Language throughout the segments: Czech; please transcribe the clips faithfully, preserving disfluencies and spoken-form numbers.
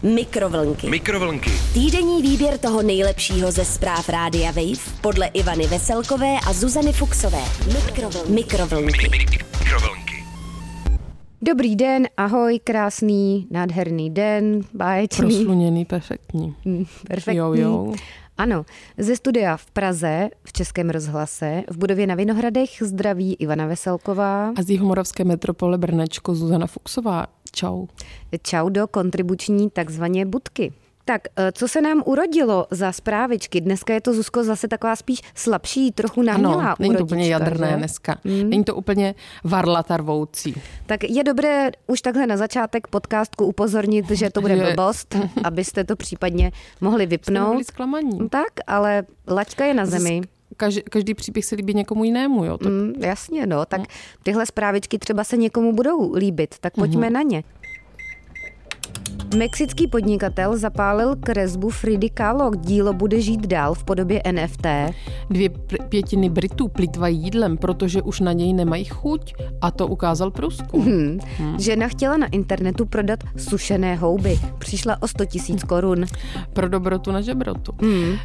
Mikrovlnky. Mikrovlnky. Týdenní výběr toho nejlepšího ze zpráv Rádia Wave podle Ivany Veselkové a Zuzany Fuxové. Mikrovlnky. Mikrovlnky. Mikrovlnky. Dobrý den, ahoj, krásný, nádherný den, báječný. Prosluněný, perfektní. Mm, perfektní. Jo, jo. Ano, ze studia v Praze, v Českém rozhlase, v budově na Vinohradech zdraví Ivana Veselková. A z jihomoravské metropole Brnečko Zuzana Fuxová. Čau. Čau do kontribuční takzvaně budky. Tak, co se nám urodilo za zprávičky? Dneska je to, Zuzko, zase taková spíš slabší, trochu nahnělá urodička. Ano, není to urodička, úplně jadrné že? dneska. Hmm. Není to úplně varlata rvoucí. Tak je dobré už takhle na začátek podcastku upozornit, že to bude blbost, abyste to případně mohli vypnout. Jste zklamaní. Tak, ale laťka je na zemi. Každý, každý příběh se líbí někomu jinému, jo? Tak... Mm, jasně, no. Tak tyhle zprávičky třeba se někomu budou líbit, tak pojďme mm-hmm. na ně. Mexický podnikatel zapálil kresbu Fridy Kahlo. Dílo bude žít dál v podobě N F T. Dvě pětiny Britů plýtvají jídlem, protože už na něj nemají chuť. A to ukázal průzkum. Hmm. Hmm. Žena chtěla na internetu prodat sušené houby. Přišla o sto tisíc korun. Pro dobrotu na žebrotu. Hmm.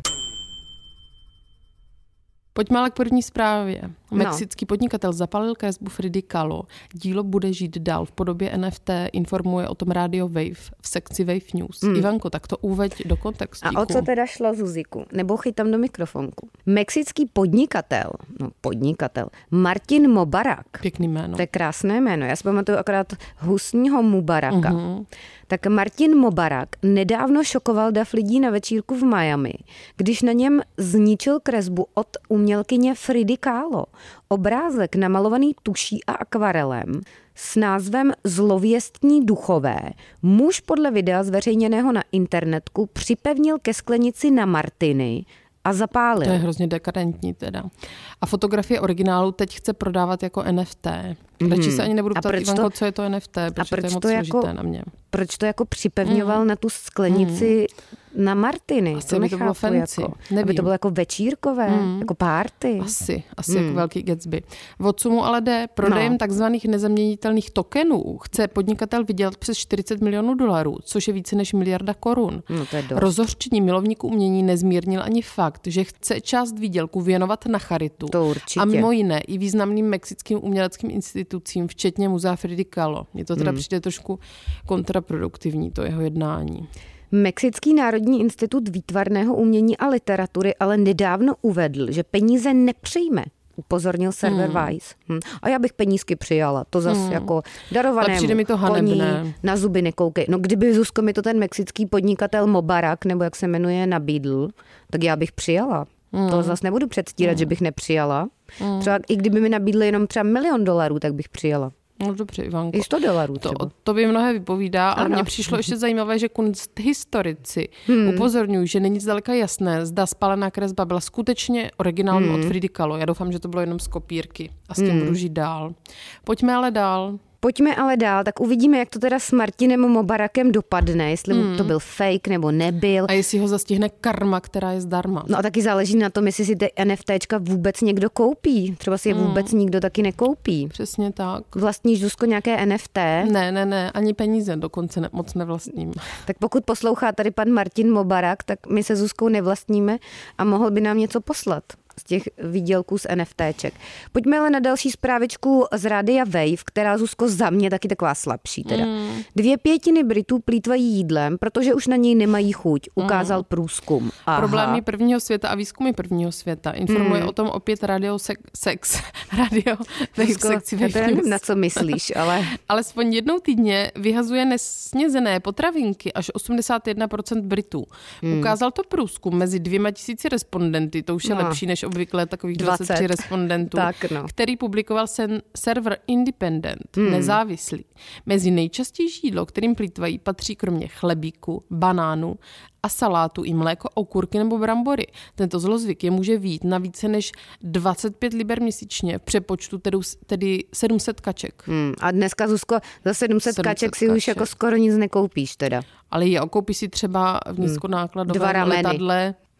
Pojďme ale k první zprávě. No. Mexický podnikatel zapálil kresbu Fridy Kahlo. Dílo bude žít dál v podobě N F T, informuje o tom Radio Wave v sekci Wave News. Mm. Ivanko, tak to uveď do kontextu. A o co teda šlo, Zuziku? Nebo chytám do mikrofonku. Mexický podnikatel, no podnikatel, Martin Mobarak. Pěkný jméno. To je krásné jméno. Já si pamatuju akorát husního Mubaraka. Mm-hmm. Tak Martin Mobarak nedávno šokoval dav lidí na večírku v Miami, když na něm zničil kresbu od umělkyně Fridy Kahlo. Obrázek namalovaný tuší a akvarelem s názvem Zlověstní duchové muž podle videa zveřejněného na internetku připevnil ke sklenici na Martiny a zapálil. To je hrozně dekadentní teda. A fotografie originálu teď chce prodávat jako N F T. Radši mm. se ani nebudu ptát, Ivanko, co je to N F T, protože proč to je moc to složité jako, na mě. Proč to jako připevňoval mm. na tu sklenici mm. na Martiny? Asi by to bylo fancy. Jako, aby to bylo jako večírkové, mm. jako party. Asi, asi mm. jako velký Gatsby. O co mu ale jde? Prodejem no. takzvaných nezaměnitelných tokenů chce podnikatel vydělat přes čtyřicet milionů dolarů, což je více než miliarda korun. No, to je dost. Rozhořčení milovníků umění nezmírnil ani fakt, že chce část výdělku věnovat na charitu. To určitě. A mimo jiné i významným mexickým uměleckým institucím, včetně muzea Fridy Kahlo. Mně to teda mm. přijde trošku kontraproduktivní, to jeho jednání. Mexický národní institut výtvarného umění a literatury ale nedávno uvedl, že peníze nepřijme. Upozornil server hmm. Vice. Hm. A já bych penízky přijala. To zase hmm. jako darovanému mi to koní na zuby nekoukej. No kdyby, Zuzko, mi to ten mexický podnikatel Mobarak, nebo jak se jmenuje, nabídl, tak já bych přijala. Hmm. To zase nebudu předstírat, hmm. že bych nepřijala. Hmm. Třeba i kdyby mi nabídli jenom třeba milion dolarů, tak bych přijala. No dobře, Ivanko. I sto dolarů to, to by mnohé vypovídá, ale mně přišlo ještě zajímavé, že kunsthistorici hmm. upozorňují, že není zdaleka jasné, zda spálená kresba byla skutečně originální hmm. od Fridy Kahlo. Já doufám, že to bylo jenom z kopírky a s tím hmm. budu žít dál. Pojďme ale dál. Pojďme ale dál, tak uvidíme, jak to teda s Martinem Mobarakem dopadne, jestli hmm. to byl fake nebo nebyl. A jestli ho zastihne karma, která je zdarma. No a taky záleží na tom, jestli si ty NFTčka vůbec někdo koupí. Třeba si je vůbec hmm. nikdo taky nekoupí. Přesně tak. Vlastníš, Zuzko, nějaké N F T? Ne, ne, ne, ani peníze dokonce ne, moc nevlastním. Tak pokud poslouchá tady pan Martin Mobarak, tak my se Zuzkou nevlastníme a mohl by nám něco poslat z těch výdělků z NFTček. Pojďme ale na další zprávičku z Rádia Wave, která, Zuzko, za mě taky taková slabší. Teda. Mm. Dvě pětiny Britů plýtvají jídlem, protože už na něj nemají chuť, ukázal mm. průzkum. Aha. Problémy prvního světa a výzkumy prvního světa. Informuje mm. o tom opět Radio Sex. sex radio Wave Zuzko, sekci Wave já nevím, na co myslíš, ale... Alespoň jednou týdně vyhazuje nesnězené potravinky až osmdesát jedna procent Britů. Mm. Ukázal to průzkum mezi dvěma tisíci respondenty, to už je no. lepší než obvykle takových dvacet tři respondentů, tak, no. který publikoval sen, server Independent, hmm. nezávislý. Mezi nejčastější jídlo, kterým plýtvají, patří kromě chlebíku, banánu a salátu i mléko, okurky nebo brambory. Tento zlozvyk je může vyjít na více než dvacet pět liber měsíčně, v přepočtu tedy, tedy sedm set kaček. Hmm. A dneska, Zuzko, za sedm set kaček si kaček. už jako skoro nic nekoupíš teda. Ale jo, koupíš si třeba v nízkonákladovém letadle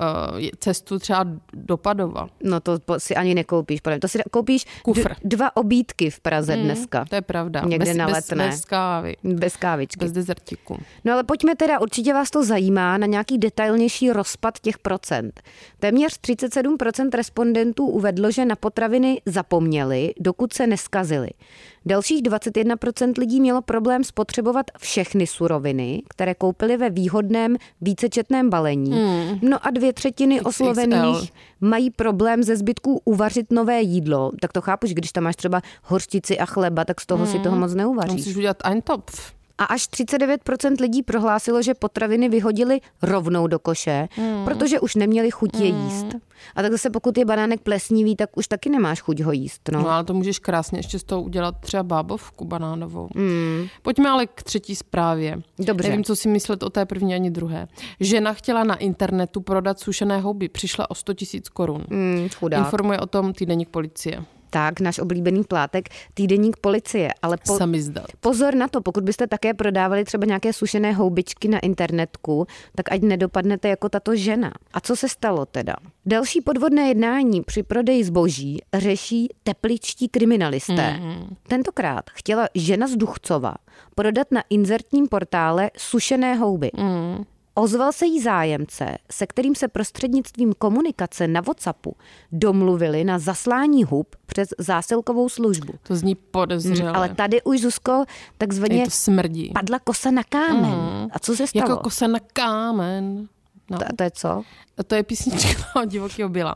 uh, cestu třeba do Padova. No to si ani nekoupíš. To si koupíš Kufr. d- dva obídky v Praze mm, dneska. To je pravda. Někde bez, na bez, Letné. bez kávy. Bez kávičky. Bez dezertiku. No ale pojďme teda, určitě vás to zajímá, na nějaký detailnější rozpad těch procent. Téměř třicet sedm procent respondentů uvedlo, že na potraviny zapomněli, dokud se neskazily. Dalších dvacet jedna procent lidí mělo problém spotřebovat všechny suroviny, které koupili ve výhodném vícečetném balení. Hmm. No a dvě třetiny X X L oslovených mají problém ze zbytků uvařit nové jídlo. Tak to chápu, že když tam máš třeba hořčici a chleba, tak z toho hmm. si toho moc neuvaříš. Musíš udělat Eintopf. A až třicet devět procent lidí prohlásilo, že potraviny vyhodili rovnou do koše, mm. protože už neměli chuť je mm. jíst. A tak zase pokud je banánek plesnivý, tak už taky nemáš chuť ho jíst. No, no ale to můžeš krásně ještě z toho udělat třeba bábovku banánovou. Mm. Pojďme ale k třetí zprávě. Dobře. Nevím, co si myslet o té první ani druhé. Žena chtěla na internetu prodat sušené houby. Přišla o sto tisíc korun. Mm, chudák. Informuje o tom týdeník Policie. Tak, náš oblíbený plátek, týdeník Policie. Ale po, pozor na to, pokud byste také prodávali třeba nějaké sušené houbičky na internetku, tak ať nedopadnete jako tato žena. A co se stalo teda? Další podvodné jednání při prodeji zboží řeší tepličtí kriminalisté. Mm. Tentokrát chtěla žena z Duchcova prodat na inzertním portále sušené houby. Mm. Ozval se jí zájemce, se kterým se prostřednictvím komunikace na WhatsAppu domluvili na zaslání hub přes zásilkovou službu. To zní podezřele. Hmm, ale tady už, Zuzko, takzvaně to smrdí. Padla kosa na kámen. Mm. A co se stalo? Jako kosa na kámen. No. To, to je co? To je písnička od Divokýho Billa.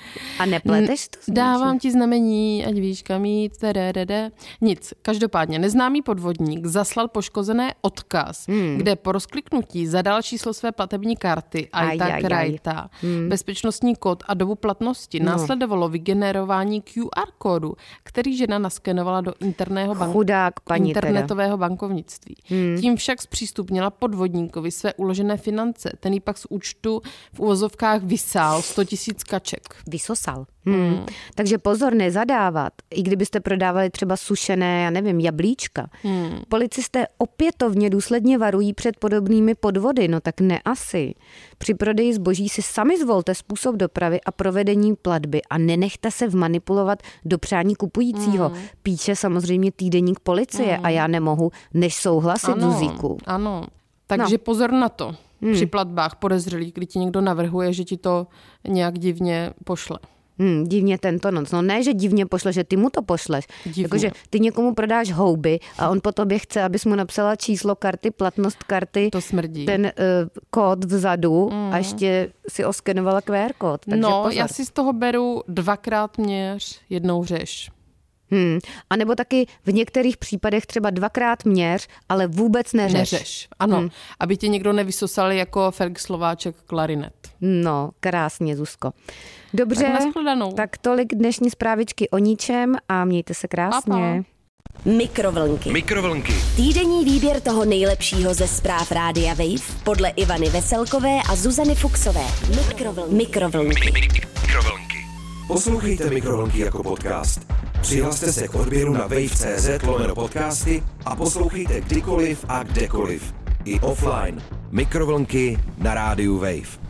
A nepleteš to? Dávám ti znamení, ať víš kam jít, tadadada. Nic. Každopádně neznámý podvodník zaslal poškozené odkaz, hmm. kde po rozkliknutí zadal číslo své platební karty, ajta krajta, hmm. bezpečnostní kód a dobu platnosti. No. Následovalo vygenerování Q R kódu, který žena naskenovala do interného bank- Chudák paní internetového teda. bankovnictví. Hmm. Tím však zpřístupnila podvodníkovi své uložené finance. Ten jí pak z účtu v uvozovkách vysál sto tisíc kaček. Vysosal. Hmm. Hmm. Takže pozor, nezadávat. I kdybyste prodávali třeba sušené, já nevím, jablíčka. Hmm. Policisté opětovně důsledně varují před podobnými podvody, no tak ne asi. Při prodeji zboží si sami zvolte způsob dopravy a provedení platby a nenechte se vmanipulovat do přání kupujícího. Hmm. Píše samozřejmě týdeník Policie hmm. a já nemohu než souhlasit, ano, Zuzíku. Ano, takže no. pozor na to. Hmm. Při platbách podezřelých, kdy ti někdo navrhuje, že ti to nějak divně pošle. Hmm, divně tento noc. No ne, že divně pošle, že ty mu to pošleš. Jakože ty někomu prodáš houby a on po tobě chce, abys mu napsala číslo karty, platnost karty. To smrdí. Ten uh, kód vzadu mm. a ještě si oskenovala Q R kód. Takže no, pozor. Já si z toho beru dvakrát měř, jednou řeš. Hmm. A nebo taky v některých případech třeba dvakrát měř, ale vůbec neřeš. Neřeš, ano. Hmm. Aby tě někdo nevysosal jako Felix Slováček klarinet. No, krásně, Zuzko. Dobře, tak, tak tolik dnešní zprávičky o ničem a mějte se krásně. Pa, pa. Mikrovlnky. Mikrovlnky. Týdenní výběr toho nejlepšího ze zpráv Rádia Wave podle Ivany Veselkové a Zuzany Fuxové. Mikrovlnky. Mikrovlnky. Mikrovlnky. Poslouchejte Mikrovlnky jako podcast. Přihlaste se k odběru na wave tečka cé zet lomeno podcasty a poslouchejte kdykoliv a kdekoliv. I offline. Mikrovlnky na rádiu Wave.